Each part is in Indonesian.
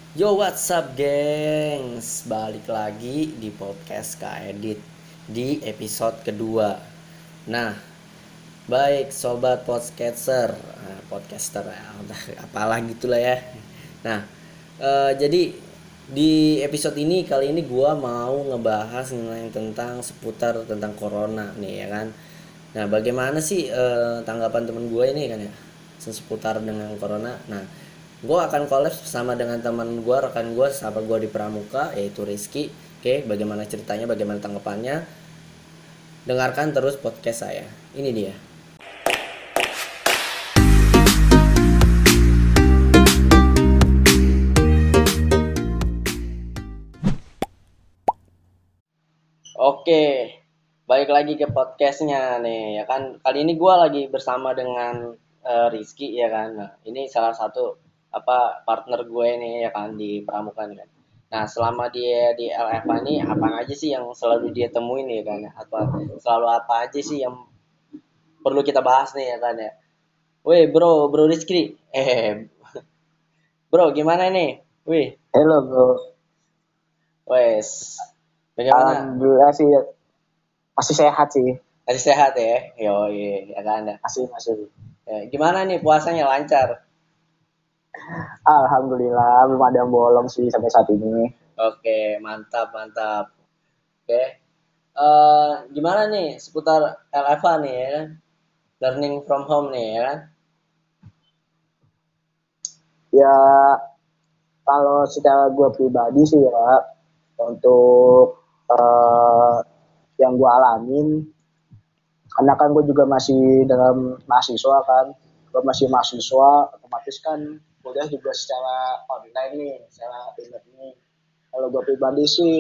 Yo, what's up, gengs? Balik lagi di podcast Kak Edit di episode kedua. Nah, baik sobat podcaster ya, udah apalah gitulah ya. Nah, jadi di episode ini kali ini gua mau ngebahas tentang seputar tentang corona nih ya kan. Nah, bagaimana sih tanggapan temen gue ini kan ya seputar dengan corona. Nah, gue akan collab bersama dengan teman gue, rekan gue, sahabat gue di Pramuka, yaitu Rizky. Oke, bagaimana ceritanya, bagaimana tanggapannya? Dengarkan terus podcast saya. Ini dia. Oke, balik lagi ke podcastnya nih ya kan. Kali ini gue lagi bersama dengan Rizky ya kan. Nah, ini salah satu partner gue nih ya kan di Pramuka nih kan. Nah, selama dia di LFA ini apa aja sih yang selalu dia temuin ya kan? Atau selalu apa aja sih yang perlu kita bahas nih ya kan ya? Weh bro Rizky. Bro gimana nih? Wih, Halo bro, wes. Bagaimana? alhamdulillah sih masih sehat sih, Masih sehat ya? Yo, ya kan. masih. Gimana nih puasanya lancar? Alhamdulillah belum ada yang bolong sih sampai saat ini. Oke, mantap, mantap. Oke. Gimana nih seputar LFA nih ya kan? Learning from home nih ya kan? Ya kalau secara gue pribadi sih ya untuk eh, yang gue alamin, karena kan gue juga masih dalam mahasiswa kan, gue masih mahasiswa, otomatis kan kuliah juga secara online nih, secara internet nih. Kalau gue pribadi sih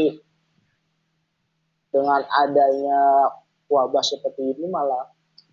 dengan adanya wabah seperti ini malah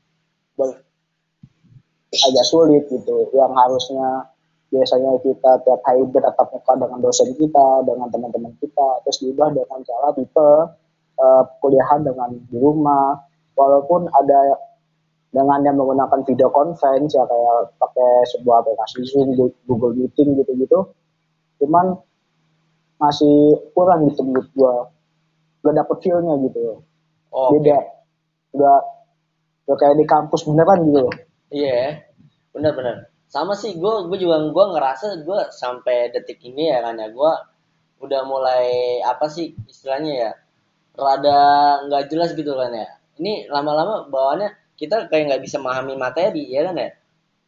agak sulit gitu, yang harusnya biasanya kita tiap hari bertatap muka dengan dosen kita, dengan teman-teman kita, terus diubah dengan cara tipe kuliahan dengan di rumah, walaupun ada dengan yang menggunakan video conference ya kayak pakai sebuah aplikasi Zoom, Google Meeting gitu-gitu, cuman masih kurang gitu menurut gua, gak dapet feel-nya gitu, beda, Oke. gak, gak kayak di kampus beneran gitu. Iya, ya. Bener-bener. Sama sih, gue juga gue ngerasa gue sampai detik ini ya kan ya gue udah mulai apa sih istilahnya ya rada nggak jelas gitu kan ya. Ini lama-lama bawaannya kita kayak nggak bisa memahami materi ya kan ya.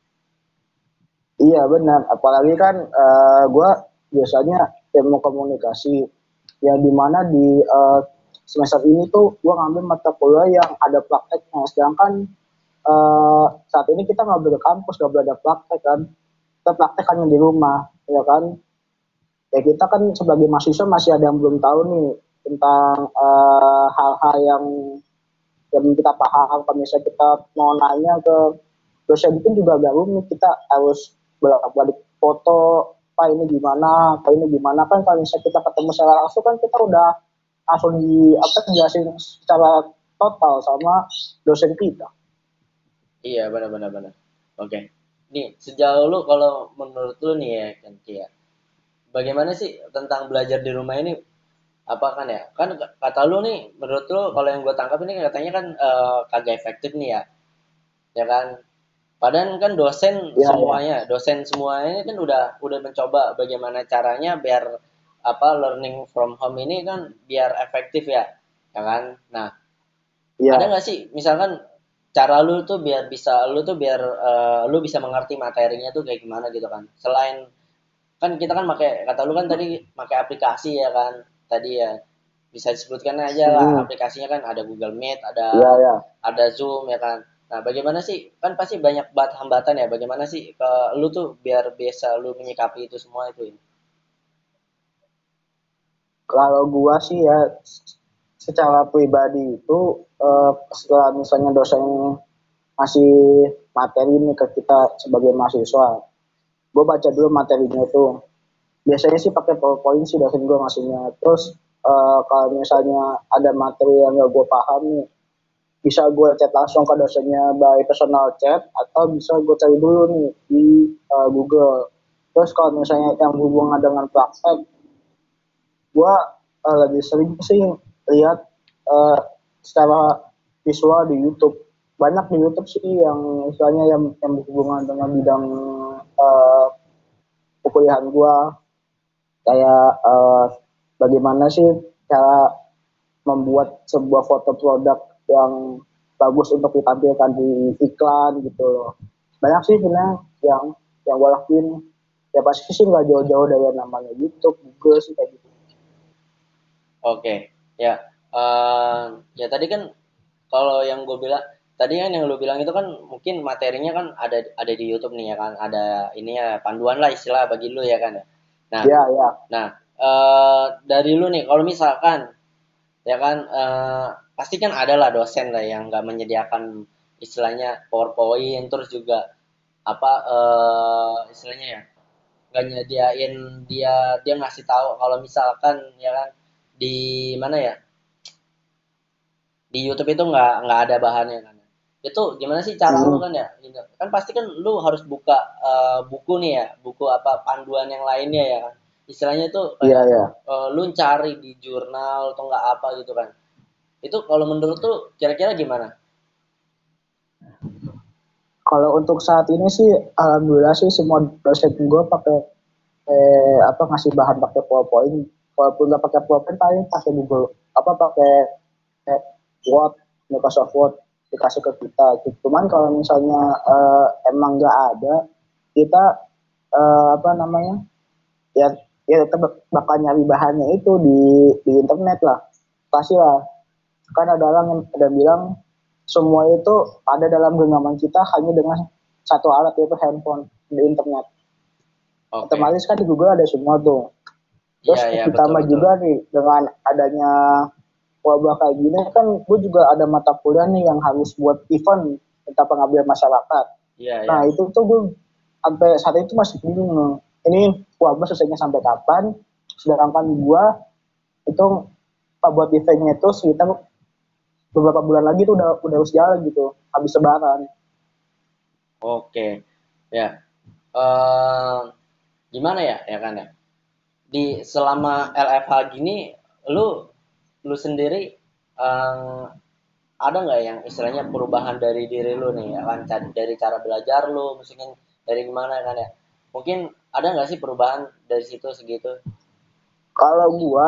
Iya benar, apalagi kan gue biasanya ilmu komunikasi yang dimana di semester ini tuh gue ngambil mata kuliah yang ada prakteknya, sedangkan saat ini kita nggak boleh ke kampus, nggak boleh ada praktek kan, kita praktek hanya di rumah, ya kan? Ya kita kan sebagai mahasiswa masih ada yang belum tahu nih tentang hal-hal yang kita paham. Kalau misalnya kita mau nanya ke dosen itu juga agak rumit, kita harus bolak-balik foto, pak ini gimana, pak ini gimana, kan kalau misalnya kita ketemu secara langsung kan kita udah langsung di apa jelasin secara total sama dosen kita. Iya benar-benar benar. Oke. Nih sejauh lu kalau menurut lu nih ya kan ya. Bagaimana sih tentang belajar di rumah ini apa kan ya? Kan kata lu nih menurut lu kalau yang gue tangkap ini katanya kan kagak efektif nih ya. Ya kan? Padahal kan Ya ya. dosen semuanya ini kan udah mencoba bagaimana caranya biar apa learning from home ini kan biar efektif ya, ya kan? Nah, ada Ya, nggak sih misalkan cara lu tuh biar lu bisa mengerti materinya tuh kayak gimana gitu kan? Selain kan kita kan pakai kata lu kan tadi pakai aplikasi ya kan? Tadi ya bisa disebutkan aja lah hmm, aplikasinya kan ada Google Meet, ya ya. ada Zoom ya kan. Nah, bagaimana sih? Kan pasti banyak banget hambatan ya. Bagaimana sih ke lu tuh biar biasa lu menyikapi itu semua itu? Kalau gua sih ya secara pribadi itu setelah misalnya dosen masih materi nih ke kita sebagai mahasiswa, gue baca dulu materinya itu. Biasanya sih pakai PowerPoint sih dosen gue ngasihnya. Terus kalau misalnya ada materi yang gak gue paham nih, bisa gue chat langsung ke dosennya by personal chat, atau bisa gue cari dulu nih di Google. Terus kalau misalnya yang hubungan dengan praktek, gue lebih sering sih lihat uh, secara visual di YouTube. Banyak di YouTube sih yang misalnya yang berhubungan dengan bidang uh, perkuliahan gue, kayak bagaimana sih cara membuat sebuah foto produk yang bagus untuk ditampilkan di iklan gitu loh. Banyak sih sebenarnya yang gue lakuin. Ya pasti sih nggak jauh-jauh dari yang namanya YouTube, Google sih kayak gitu. Oke, ya. Ya tadi kan kalau yang gue bilang tadi kan yang lu bilang itu kan mungkin materinya kan ada di YouTube nih ya kan, ada ini ya panduan lah istilah bagi lu ya kan ya. Nah, Ya, ya. nah dari lu nih kalau misalkan ya kan pasti kan ada lah dosen lah yang nggak menyediakan istilahnya PowerPoint terus juga apa istilahnya ya nggak nyediain dia dia ngasih tahu kalau misalkan ya kan di mana ya di YouTube itu nggak ada bahannya kan. Itu gimana sih cara lu Hmm. kan ya? Kan pasti kan lu harus buka buku nih ya, buku apa panduan yang lainnya ya kan. Istilahnya itu Iya, kayak ya. lu cari di jurnal atau nggak apa gitu kan. Itu kalau menurut tuh kira-kira gimana? Kalau untuk saat ini sih, alhamdulillah sih semua dosen gue pakai apa ngasih bahan pakai PowerPoint. Walaupun nggak pakai PowerPoint, paling pakai Google, apa pakai eh, Word, Microsoft Word dikasih ke kita. Cuman kalau misalnya emang nggak ada, kita apa namanya, ya ya tetap bakal nyari bahannya itu di internet lah. Pasti lah. Kan ada orang yang ada bilang semua itu ada dalam genggaman kita hanya dengan satu alat, yaitu handphone di internet. Oke. Otomatis kan di Google ada semua tuh. Iya Terus iya betul ditambah betul. juga nih dengan adanya wabah kayak gini kan, gue juga ada mata kuliah nih yang harus buat event tentang pengabdian masyarakat. Iya Nah iya. itu tuh gue sampai saat itu masih bingung, ini wabah selesainya sampai kapan, sedangkan gue itu buat eventnya itu sekitar beberapa bulan lagi tuh udah harus jalan gitu, habis lebaran. Oke. Ya. eh Gimana ya ya kan ya? Di selama LFH gini lu lu sendiri eh, ada nggak yang istilahnya perubahan dari diri lu nih ya kan dari cara belajar lu mungkin dari gimana kan ya mungkin ada nggak sih perubahan dari situ segitu. Kalau gue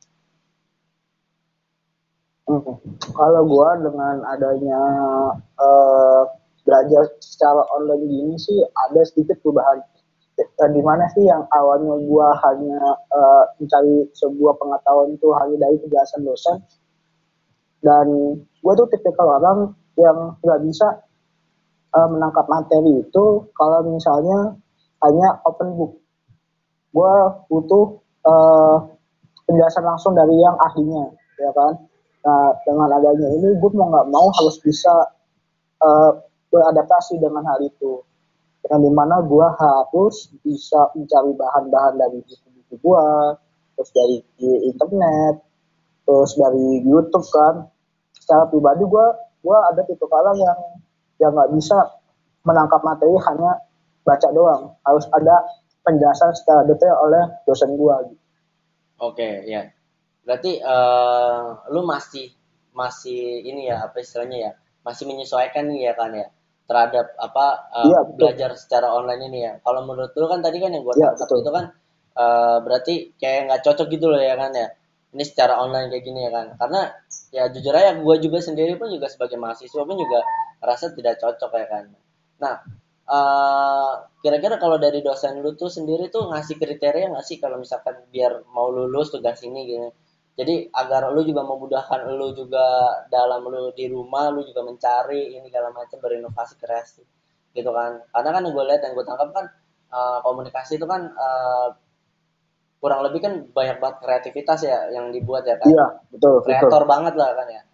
kalau gue dengan adanya eh, belajar secara online gini sih ada sedikit perubahan. Di mana sih yang awalnya gue hanya mencari sebuah pengetahuan itu hanya dari penjelasan dosen, dan gue tuh tipikal orang yang nggak bisa menangkap materi itu kalau misalnya hanya open book. Gue butuh uh, penjelasan langsung dari yang ahlinya, ya kan. Nah dengan adanya ini gue mau nggak mau harus bisa uh, beradaptasi dengan hal itu, yang dimana gue harus bisa mencari bahan-bahan dari buku-buku gue, terus dari internet, terus dari YouTube kan. Secara pribadi gue ada tipe kala yang nggak bisa menangkap materi hanya baca doang, harus ada penjelasan secara detail oleh dosen gue gitu. Oke ya berarti lu masih masih ini ya apa istilahnya ya masih menyesuaikan nih ya kan ya terhadap apa Iya betul. belajar secara online ini ya kalau menurut lu kan tadi kan yang gue Iya tangkap betul. itu kan berarti kayak nggak cocok gitu loh ya kan ya ini secara online kayak gini ya kan karena ya jujur aja gue juga sendiri pun juga sebagai mahasiswa pun juga rasa tidak cocok ya kan nah kira-kira kalau dari dosen lu tuh sendiri tuh ngasih kriteria nggak sih kalau misalkan biar mau lulus tugas ini gitu jadi agar lu juga memudahkan lu juga dalam lu di rumah lu juga mencari ini segala macam berinovasi kreasi gitu kan karena kan yang gue lihat yang gue tangkap kan komunikasi itu kan kurang lebih kan banyak banget kreativitas ya yang dibuat ya kan Iya betul betul. kreator banget lah kan ya.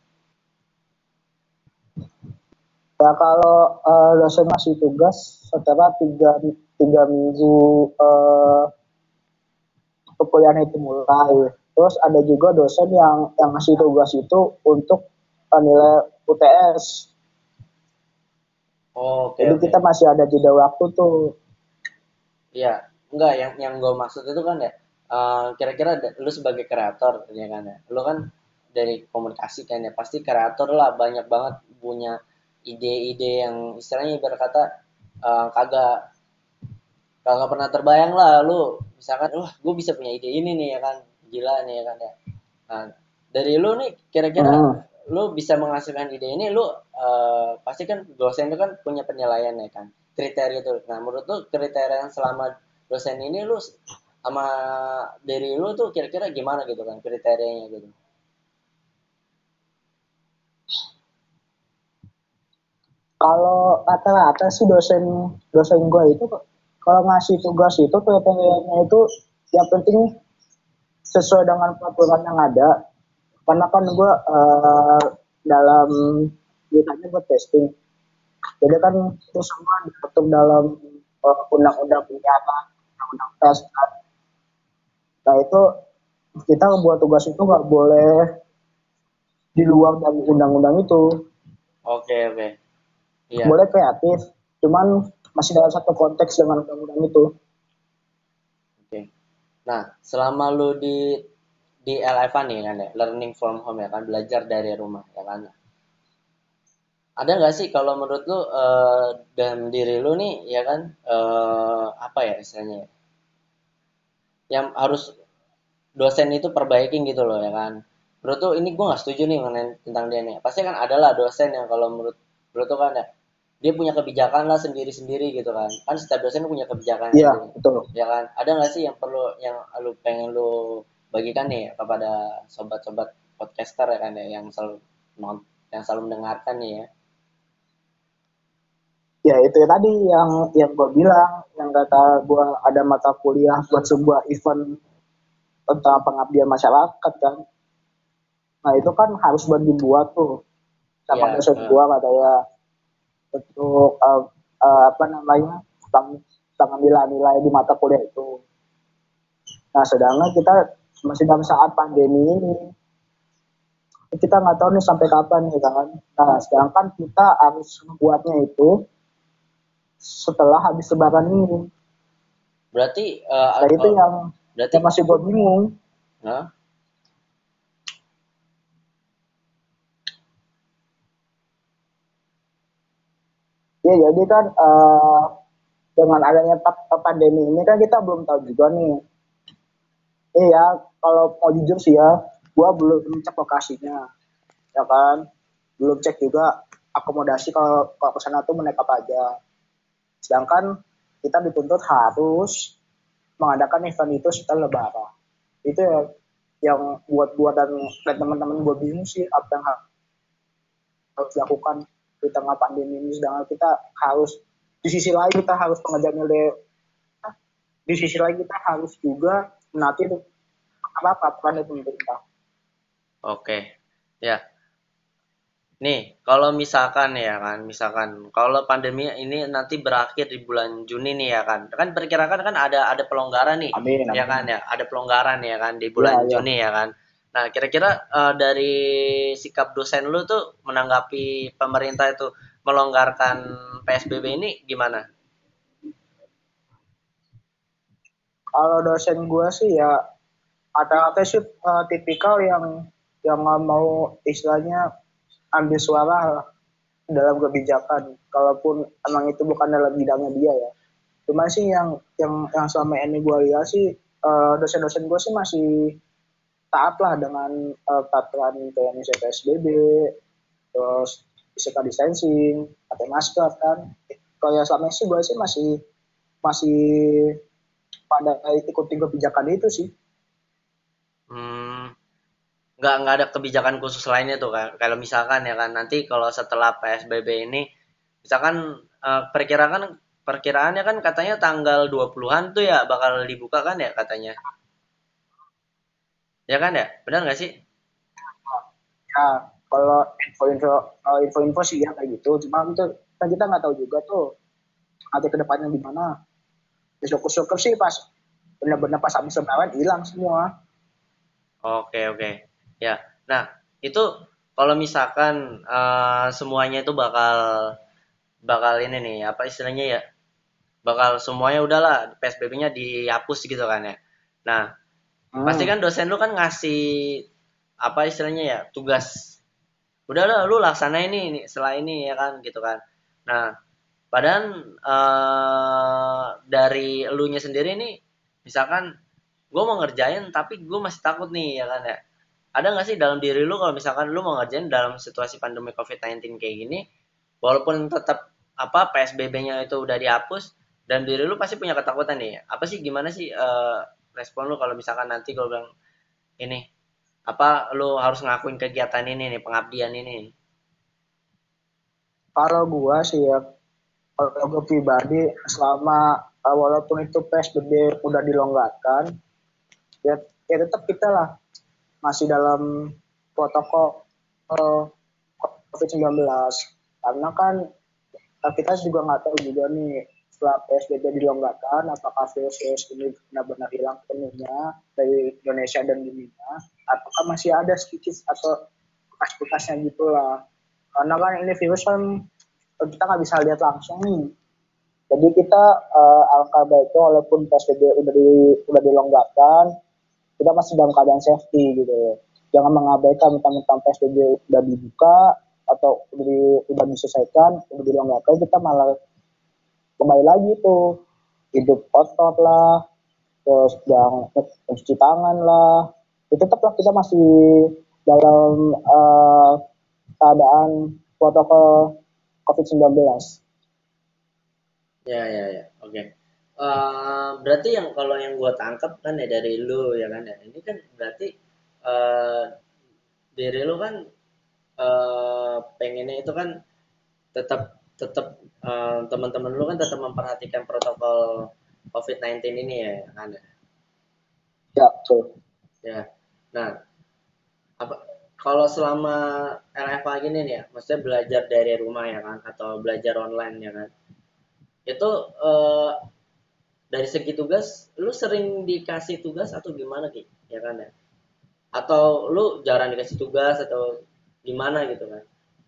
Ya kalau dosen masih tugas setelah tiga minggu perkuliahan itu mulai. Terus ada juga dosen yang ngasih tugas itu untuk nilai UTS. Oh, oke Jadi oke kita masih ada jeda waktu tuh. iya enggak, yang gue maksud itu kan ya, kira-kira lu sebagai kreator ya kan ya, lu kan dari komunikasi kan ya, pasti kreator lah, banyak banget punya ide-ide yang istilahnya ibarat kata kagak kagak pernah terbayang lah lu, misalkan wah gue bisa punya ide ini nih ya kan, gila nih ya kan ya. Nah, dari lu nih kira-kira Hmm. lu bisa menghasilkan ide ini, lu pasti kan dosen itu kan punya penilaian ya kan, kriteria itu. Nah, menurut lu kriteria yang selama dosen ini lu sama dari lu tuh kira-kira gimana gitu kan kriterianya gitu. Kalau rata-rata sih dosen dosen gue itu kalau ngasih tugas itu kriterianya itu yang penting sesuai dengan peraturan yang ada. Karena kan gue dalam biasanya gue testing, jadi kan itu semua diatur dalam undang-undang penyiaran, undang-undang tes kan. Nah itu kita buat tugas itu nggak boleh di luar dari undang-undang itu. Oke, oke. Iya. Boleh kreatif, cuman masih dalam satu konteks dengan undang-undang itu. Oke. Nah, selama lu di LFA nih kan ya, learning from home ya kan, belajar dari rumah ya kan. Ada nggak sih kalau menurut lu dalam diri lu nih ya kan, apa ya istilahnya ya, yang harus dosen itu perbaikin gitu loh ya kan. Menurut tuh ini gue nggak setuju nih mengenai tentang dia nih. Pasti kan adalah dosen yang kalau menurut menurut tuh kan ya, dia punya kebijakan lah sendiri-sendiri gitu kan. Kan setiap dosen punya kebijakan Iya sendiri. betul. Ya kan? Ada nggak sih yang perlu yang lu pengen lu bagikan nih kepada sobat-sobat podcaster ya kan ya, yang selalu yang selalu mendengarkan nih ya. Ya itu ya tadi yang gue bilang, yang kata gue ada mata kuliah buat sebuah event tentang pengabdian masyarakat kan. Nah itu kan harus buat dibuat tuh sama Iya, dosen gue katanya, untuk apa namanya, tentang nilai-nilai di mata kuliah itu. Nah sedangkan kita masih dalam saat pandemi ini, kita nggak tahu nih sampai kapan nih kan. Nah sedangkan kita harus buatnya itu setelah habis lebaran ini. berarti Nah itu berarti yang masih gue bingung. nah, Ya jadi kan dengan adanya pandemi ini kan kita belum tahu juga nih. Iya, kalau mau jujur sih ya, gua belum cek lokasinya, ya kan. Belum cek juga akomodasi kalau kalau ke sana tuh menaik apa aja. Sedangkan kita dituntut harus mengadakan event itu setelah Lebaran. Itu ya yang buat gua dan teman-teman gua bingung sih apa yang harus dilakukan di tengah pandemi ini. Sedangkan kita harus di sisi lain kita harus pengejar nilai, di sisi lain kita harus juga menanti apa peraturan dari pemerintah. oke. Ya, nih, kalau misalkan ya kan, misalkan kalau pandemi ini nanti berakhir di bulan Juni nih ya kan. Kan perkirakan kan ada pelonggaran nih, Amin, ya kan amin. ya, ada pelonggaran ya kan di Ya, bulan ya. Juni ya kan. Nah, kira-kira dari sikap dosen lu tuh menanggapi pemerintah itu melonggarkan PSBB ini gimana? Kalau dosen gue sih ya kata-kata sih tipikal yang nggak mau istilahnya ambil suara dalam kebijakan. Kalaupun emang itu bukan dalam bidangnya dia ya. Cuma sih yang selama ini gue lihat sih dosen-dosen gue sih masih taat lah dengan peraturan kayak misalnya PSBB, terus physical distancing, pakai masker kan. Kalau yang selama ini sih gue sih masih masih pada ikutin kebijakan itu sih. Hmm, nggak ada kebijakan khusus lainnya tuh kan. Kalau misalkan ya kan nanti kalau setelah PSBB ini, misalkan perkirakan perkiraannya kan katanya tanggal 20-an tuh ya bakal dibuka kan ya katanya. Ya kan ya? Benar nggak sih? Ya kalau info-info sih ya kayak gitu, cuma itu kan kita nggak tahu juga tuh nanti kedepannya gimana. Ya, syukur-syukur sih pas benar-benar pas habis lebaran hilang semua. Oke, oke. Ya. Nah, itu kalau misalkan semuanya itu bakal bakal ini nih apa istilahnya ya? bakal semuanya udahlah PSBB-nya dihapus gitu kan ya. Nah, pasti Hmm. kan dosen lu kan ngasih apa istilahnya ya, tugas. Udahlah lu laksanain ini setelah ini ya kan gitu kan. Nah, padahal dari elunya sendiri nih, misalkan gue mau ngerjain tapi gue masih takut nih ya kan ya. Ada nggak sih dalam diri lu kalau misalkan lu mau ngerjain dalam situasi pandemi COVID-19 kayak gini, walaupun tetap apa PSBB-nya itu udah dihapus dan diri lu pasti punya ketakutan nih. Apa sih gimana sih respon lu kalau misalkan nanti gue bilang ini apa lu harus ngelakuin kegiatan ini nih, pengabdian ini? Kalau gua sih ya, kalau gue pribadi selama walaupun itu PSBB udah dilonggarkan, ya, ya tetap kita lah masih dalam protokol COVID-19, karena kan kita juga nggak tahu juga nih setelah PSBB dilonggarkan apakah virus ini benar-benar hilang sepenuhnya dari Indonesia dan dunia, apakah masih ada sedikit atau bekas-bekasnya gitulah, karena kan ini virus kan kita nggak bisa lihat langsung nih. Jadi kita alangkah baiknya walaupun PSBB udah dilonggarkan, kita masih dalam keadaan safety gitu. Jangan mengabaikan mentang-mentang PSBB udah dibuka atau udah diselesaikan, udah dilonggarkan, kita malah kembali lagi tuh hidup kotor lah, terus yang mencuci tangan lah. Itu tetaplah kita masih dalam keadaan protokol COVID-19. Ya, ya, ya. Oke. Berarti yang kalau yang gua tangkap kan ya dari lu ya kan ya. Ini kan berarti eh diri lu kan pengennya itu kan tetap tetap teman-teman lu kan tetap memperhatikan protokol COVID-19 ini ya kan ya. Ya, betul. Ya. Nah, apa kalau selama LFA gini nih ya, maksudnya belajar dari rumah ya kan atau belajar online ya kan. Itu dari segi tugas, lu sering dikasih tugas atau gimana Ki? Ya kan ya? Atau lu jarang dikasih tugas atau gimana gitu kan?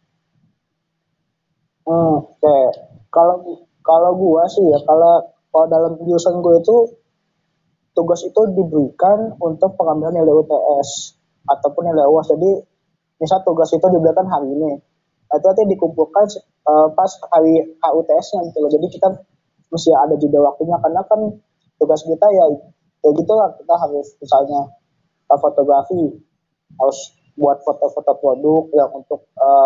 Oke. Kalau kalau gua sih ya, kalau kalau dalam jurusan gue itu tugas itu diberikan untuk pengambilan nilai UTS ataupun nilai UAS. Jadi misal tugas itu diberikan hari ini, itu nanti dikumpulkan pas hari HUTS-nya gitu loh. Jadi kita mesti ada jeda waktunya, karena kan tugas kita ya ya gitulah, kita harus misalnya fotografi, harus buat foto-foto produk yang untuk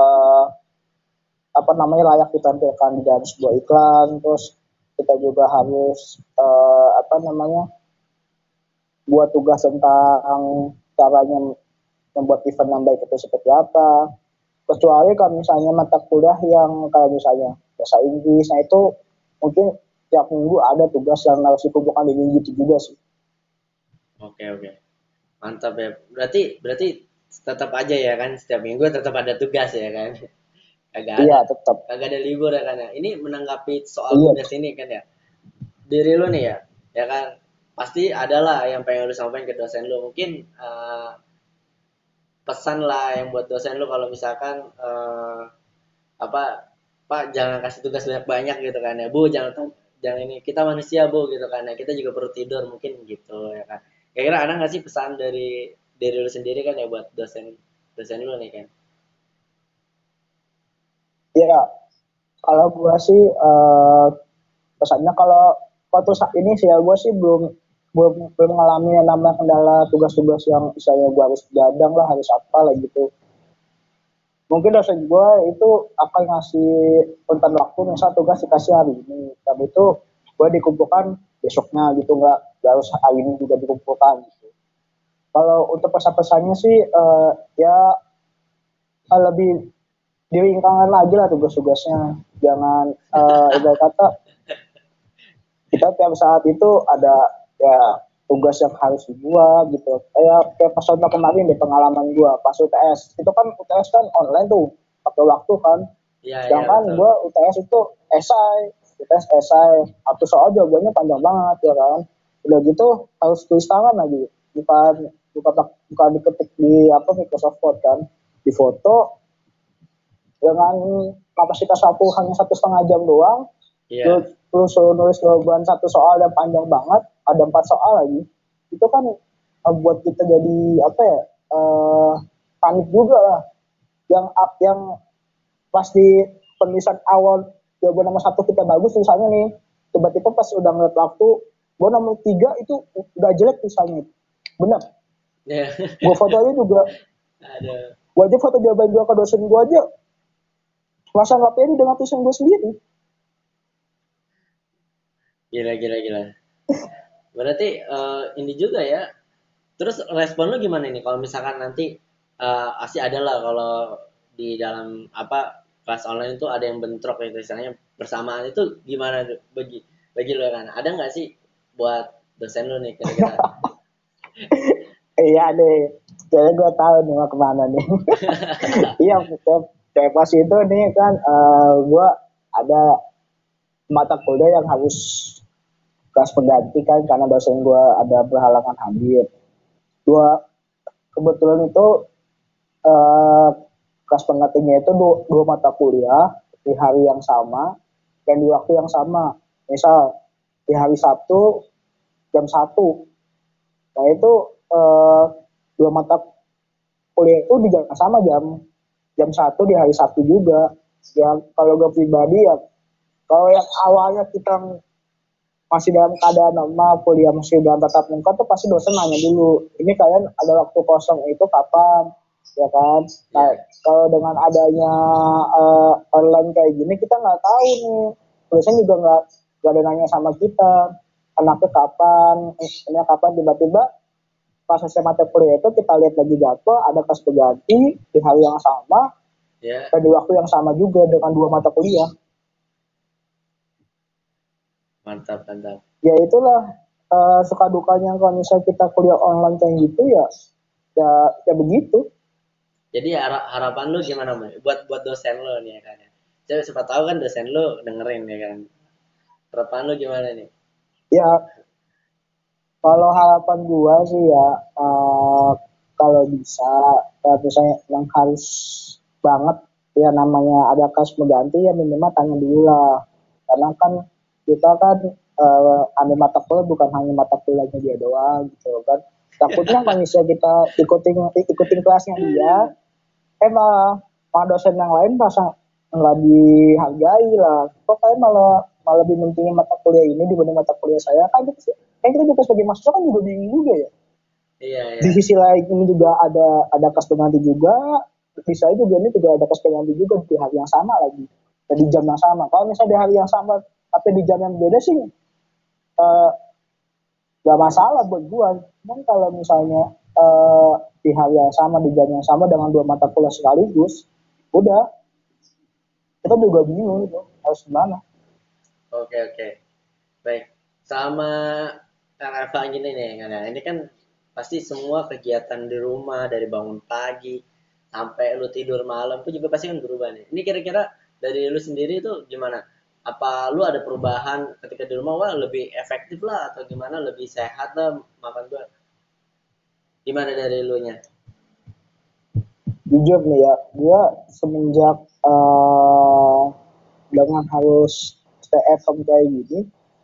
apa namanya layak ditampilkan di dalam sebuah iklan. Terus kita juga harus apa namanya buat tugas tentang caranya membuat event yang baik itu seperti apa. Kecuali kalau misalnya mata kuliah yang kayak misalnya bahasa Inggris, nah itu mungkin tiap minggu ada tugas yang harus dikumpulkan di minggu itu juga sih. Oke, oke. Mantap ya. Berarti berarti tetap aja ya kan setiap minggu tetap ada tugas ya kan? Kagak Iya, ada tetap. kagak ada libur ya kan ya. Ini menanggapi soal Iya. tugas ini kan ya. Diri lu nih ya kan pasti adalah yang pengen lu sampaikan ke dosen lu. Mungkin pesan lah yang buat dosen lu kalau misalkan apa Pak jangan kasih tugas banyak-banyak gitu kan ya Bu jangan ini kita manusia Bu gitu kan ya kita juga perlu tidur mungkin gitu ya kan kira-kira ada nggak sih pesan dari lu sendiri kan ya buat dosen dosen lu nih kan. Iya, kalau gua sih pesannya kalau waktu saat ini sih ya gua sih belum belum belum mengalami yang namanya kendala tugas-tugas yang misalnya gua harus gadang lah, harus apa lah gitu. Mungkin dosen gue itu akan ngasih tentang waktu, misal tugas dikasih hari ini, tapi itu gue dikumpulkan besoknya gitu, nggak harus hari ini juga dikumpulkan gitu. Kalau untuk pesan-pesannya sih ya lebih diringkangkan lagi lah tugas-tugasnya, jangan ibarat kata kita tiap saat itu ada ya tugas yang harus dibuat gitu, kayak pas contoh kemarin di pengalaman gue pas UTS itu kan, UTS kan online tuh pakai waktu kan. Iya iya Sedangkan betul. gue UTS itu esai, UTS esai, satu soal jawabannya panjang banget ya kan. Udah gitu harus tulis tangan lagi, bukan bukan bukan diketik di apa Microsoft Word kan, di foto dengan kapasitas satu hanya 1,5 jam doang. Iya. Lu suruh nulis jawaban satu soal yang panjang banget, ada 4 soal lagi, itu kan buat kita jadi apa ya, panik juga lah. Yang pas di penulisan awal jawaban nomor satu kita bagus misalnya nih, tiba-tiba pas udah ngeliat waktu, gue nomor 3 itu udah jelek misalnya, bener. Ya. Gue fotonya juga, Ada. gue aja foto jawaban gue ke dosen gue aja, masa nggak pede dengan tulisan gue sendiri. Gila, gila, gila. Berarti ini juga ya. Terus respon lu gimana nih kalau misalkan nanti pasti ada lah kalau di dalam apa kelas online itu ada yang bentrok gitu istilahnya bersamaan itu gimana tuh bagi lu kan? Ada nggak sih buat dosen lu nih kira-kira? Iya deh, jadi gue tahu nih mau kemana nih. Iya, kayak pas itu nih kan, gue ada mata kuliah yang harus kelas pengganti kan karena dosen gue ada berhalangan hadir. Gue kebetulan itu eh, kelas penggantinya itu dua mata kuliah di hari yang sama dan di waktu yang sama. Misal di hari Sabtu jam 1. Nah itu eh, dua mata kuliah itu di jam sama, jam jam 1 di hari Sabtu juga. Ya kalau gue pribadi ya, kalau yang awalnya kita masih dalam keadaan normal, kuliah masih dalam tatap muka tuh pasti dosen nanya dulu, ini kalian ada waktu kosong itu kapan, ya kan. Nah Ya, kalau dengan adanya online kayak gini kita nggak tahu nih, dosen juga nggak ada nanya sama kita anaknya kapan, ini kapan, tiba-tiba pas selesai mata kuliah itu kita lihat lagi jadwal ada kelas berganti di hari yang sama ya, dan di waktu yang sama juga dengan dua mata kuliah. mantap, mantap. Ya itulah suka dukanya kalau misalnya kita kuliah online kayak gitu ya, ya ya begitu. Jadi harapan lu gimana, Mbak? Buat dosen lu nih ya kan ya. Jadi siapa tahu kan dosen lu dengerin ya kan. Harapan lu gimana nih? Ya kalau harapan gua sih ya, kalau bisa, kalau misalnya yang harus banget ya namanya ada kas mengganti ya minimal tanya dulu lah, karena kan kita kan ambil mata kuliah bukan hanya mata kuliahnya dia doang gitu kan. Takutnya kalau misalnya kita ikutin kelasnya dia, malah dosen yang lain masa nggak dihargai lah, kok kayak malah malah lebih pentingin mata kuliah ini dibanding mata kuliah saya, kan kita juga sebagai mahasiswa kan juga bingung juga ya. Iya, Di iya. sisi lain ini juga ada kelas pengganti juga, bisa juga ini juga ada kelas pengganti juga di hari yang sama lagi dan di jam yang sama. Kalau misalnya di hari yang sama tapi di jam yang beda sih eh, nggak masalah buat gua. Cuman kalau misalnya di hari yang sama di jam yang sama dengan dua mata kuliah sekaligus, udah kita juga bingung itu harus gimana. Oke, oke. Baik. Sama Eva gini nih, kan ya. Ini kan pasti semua kegiatan di rumah dari bangun pagi sampai lu tidur malam itu juga pasti kan berubah nih. Ini kira-kira dari lu sendiri itu gimana? Apa lu ada perubahan ketika di rumah wah lebih efektif lah atau gimana lebih sehat lah makan gua? Gimana dari lu nya? Jujur nih ya, gua semenjak dengan harus stay at home kayak gini,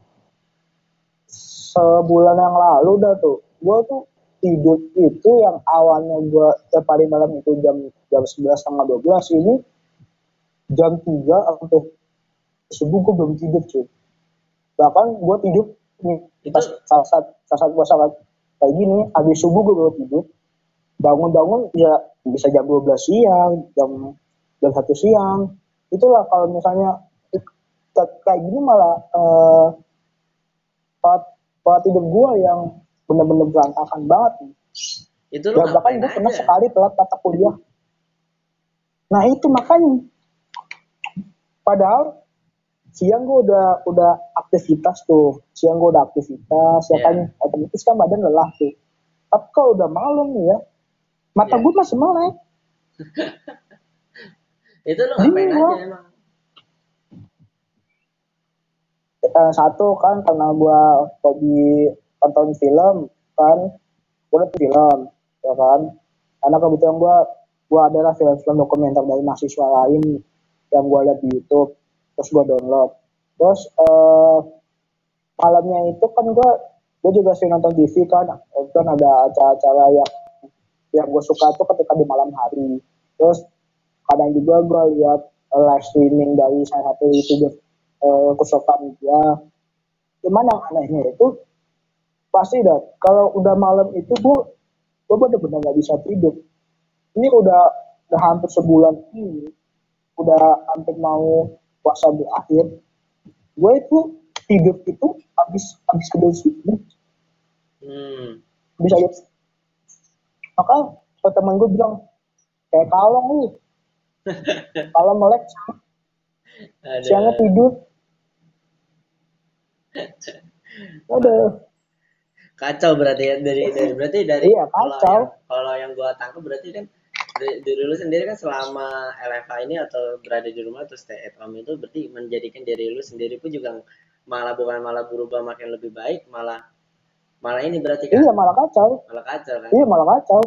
sebulan yang lalu dah tuh gue tuh tidur itu yang awalnya gue tiap hari malam itu jam jam 11 setengah 12, ini jam 3 sampai subuh gue belum tidur cuy. Bahkan gue tidur nih Itu pas saat gue salat kayak gini habis subuh gue baru tidur, bangun-bangun ya bisa jam 12 siang, jam jam 1 siang. Itulah kalau misalnya kayak gini malah pola, pola tidur gue yang bener-bener berantakan banget. itu lu Dan bahkan ngapain gue pernah aja? sekali telat mata kuliah. Nah itu makanya, padahal siang gue udah aktivitas tuh, siang gue udah aktivitas ya kan, Ya, otomatis kan badan lelah tuh. Tapi kalau udah malam nih ya, mata ya. gue masih melek, Itu lu ngapain bingung gue. aja emang? Satu kan karena gue hobi nonton film kan, gue nonton film ya kan, karena kebetulan gue adalah film-film dokumenter dari mahasiswa lain yang gue lihat di YouTube terus gue download. Terus malamnya itu kan gue juga sering nonton TV kan, kan ada acara-acara yang gue suka tuh ketika di malam hari. Terus kadang juga gue lihat live streaming dari salah satu youtuber kesukaan gue. Cuman yang anehnya itu pasti dah kalau udah malam itu gue bener-bener nggak bisa tidur. Ini udah hampir sebulan ini, udah hampir mau puasa berakhir. Gue itu tidur itu habis tidur subuh Hmm. bisa aja. Maka temen gue bilang kayak kalong lu, kalau melek siangnya Ada tidur. Ada. kacau berarti ya dari berarti dari Iya kalau kacau. yang gua tangkap berarti kan diri lu sendiri kan selama LFA ini atau berada di rumah atau stay at home itu berarti menjadikan diri lu sendiri pun juga malah bukan malah berubah makin lebih baik malah malah ini berarti kan Iya malah kacau. malah kacau kan. Iya malah kacau.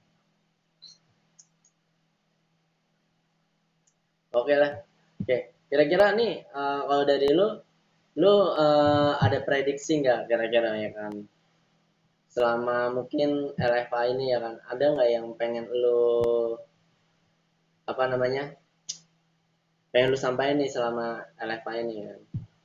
Oke lah. Oke. Kira-kira nih kalau dari lu ada prediksi nggak kira-kira ya kan selama mungkin LFA ini ya kan ada nggak yang pengen lu apa namanya pengen lu sampaikan nih selama LFA ini kan.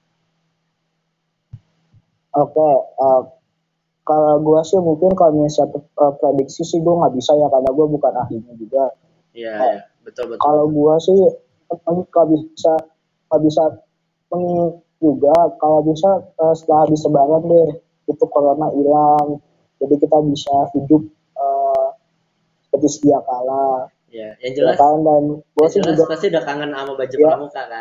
Oke, kalau gue sih mungkin kalau misalnya prediksi sih gue nggak bisa ya karena gue bukan ahlinya juga. Iya Uh, ya betul betul Kalau betul. gue sih nggak bisa mengingat juga kalau bisa setelah habis lebaran deh itu corona hilang, jadi kita bisa hidup uh, seperti sedia kala, Ya ya kan. Dan gue yang sih jelas juga pasti udah kangen sama baju ya pramuka kan.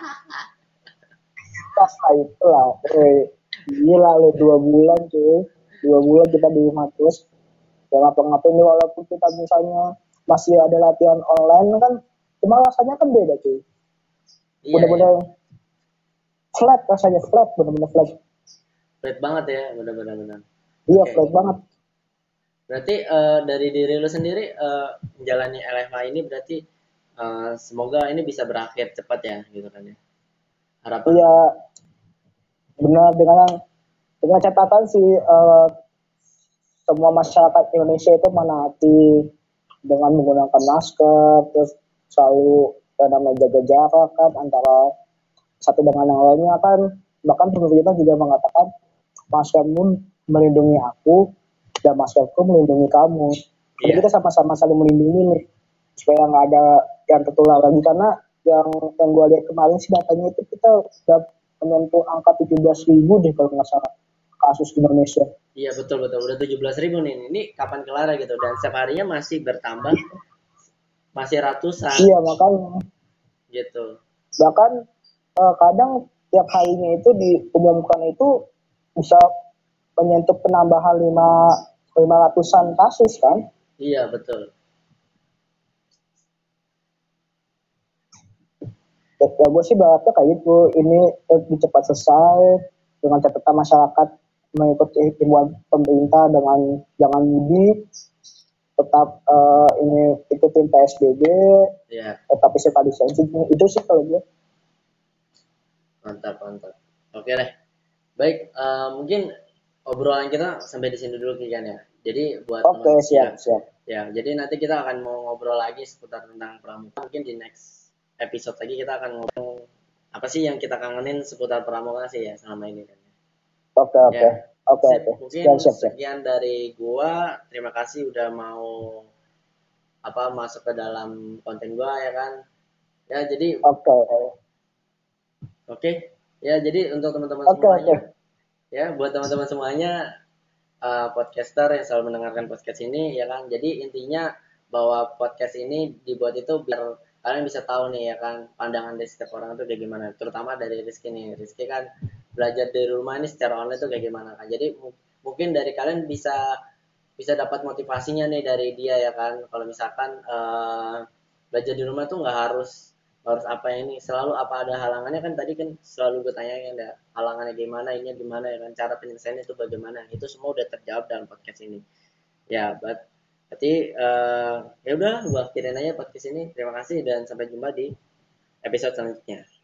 pas lah itulah. Gila lu 2 bulan cuy, 2 bulan kita di rumah terus gak ngapa-ngapain nih, walaupun kita misalnya masih ada latihan online kan, cuma rasanya kan beda cuy, Iya ya bener-bener flat, rasanya flat, bener-bener flat. berat banget ya benar-benar benar. Iya Oke flat banget. berarti dari diri lu sendiri menjalani LFA ini berarti semoga ini bisa berakhir cepat ya gitu kan ya harapan Iya lu ya. benar, dengan catatan sih semua masyarakat Indonesia itu menaati dengan menggunakan masker, terus selalu namanya jaga jarak kan antara satu dengan yang lainnya kan. Bahkan pemerintah juga mengatakan maskermu melindungi aku dan maskerku melindungi kamu. Jadi Iya kita sama-sama saling melindungi nih supaya nggak ada yang tertular lagi, karena yang gue lihat kemarin sih datanya itu kita udah menyentuh angka 17.000 deh kalau nggak salah kasus di Indonesia. iya betul betul udah 17.000 nih ini kapan kelar gitu dan setiap harinya masih bertambah masih ratusan Iya makanya gitu. bahkan kadang tiap harinya itu diumumkan itu bisa menyentuh penambahan lima ratusan kasus kan. Iya betul. Ya gue sih berharapnya kayak gitu, ini cepat selesai dengan catatan masyarakat mengikuti himbauan pemerintah dengan jangan mudik, tetap ini ikutin PSBB, Iya tetap physical distancing. Itu sih kalau gue. mantap mantap. Oke deh. Baik, mungkin obrolan kita sampai di sini dulu kan ya. Jadi buat teman Oke ya, siap siap. ya. Jadi nanti kita akan mau ngobrol lagi seputar tentang pramuka. Mungkin di next episode lagi kita akan ngobrol apa sih yang kita kangenin seputar pramuka sih ya selama ini kan. Oke Ya, oke oke sip. oke Mungkin siap siap siap. sekian dari gua. Terima kasih udah mau apa masuk ke dalam konten gua ya kan. Ya, jadi Oke oke. Ya, jadi untuk teman-teman oke oke. semuanya, ya buat teman-teman semuanya podcaster yang selalu mendengarkan podcast ini ya kan. Jadi intinya bahwa podcast ini dibuat itu biar kalian bisa tahu nih ya kan pandangan dari setiap orang itu kayak gimana. Terutama dari Rizky nih. Rizky kan belajar dari rumah ini secara online itu kayak gimana kan. Jadi mungkin dari kalian bisa bisa dapat motivasinya nih dari dia ya kan. Kalau misalkan belajar di rumah tuh nggak harus harus apa ini selalu apa ada halangannya kan tadi kan selalu gue tanyain ada halangannya gimana ini gimana ya kan cara penyelesaiannya itu bagaimana itu semua udah terjawab dalam podcast ini ya berarti ya udah gua akhirin aja podcast ini terima kasih dan sampai jumpa di episode selanjutnya.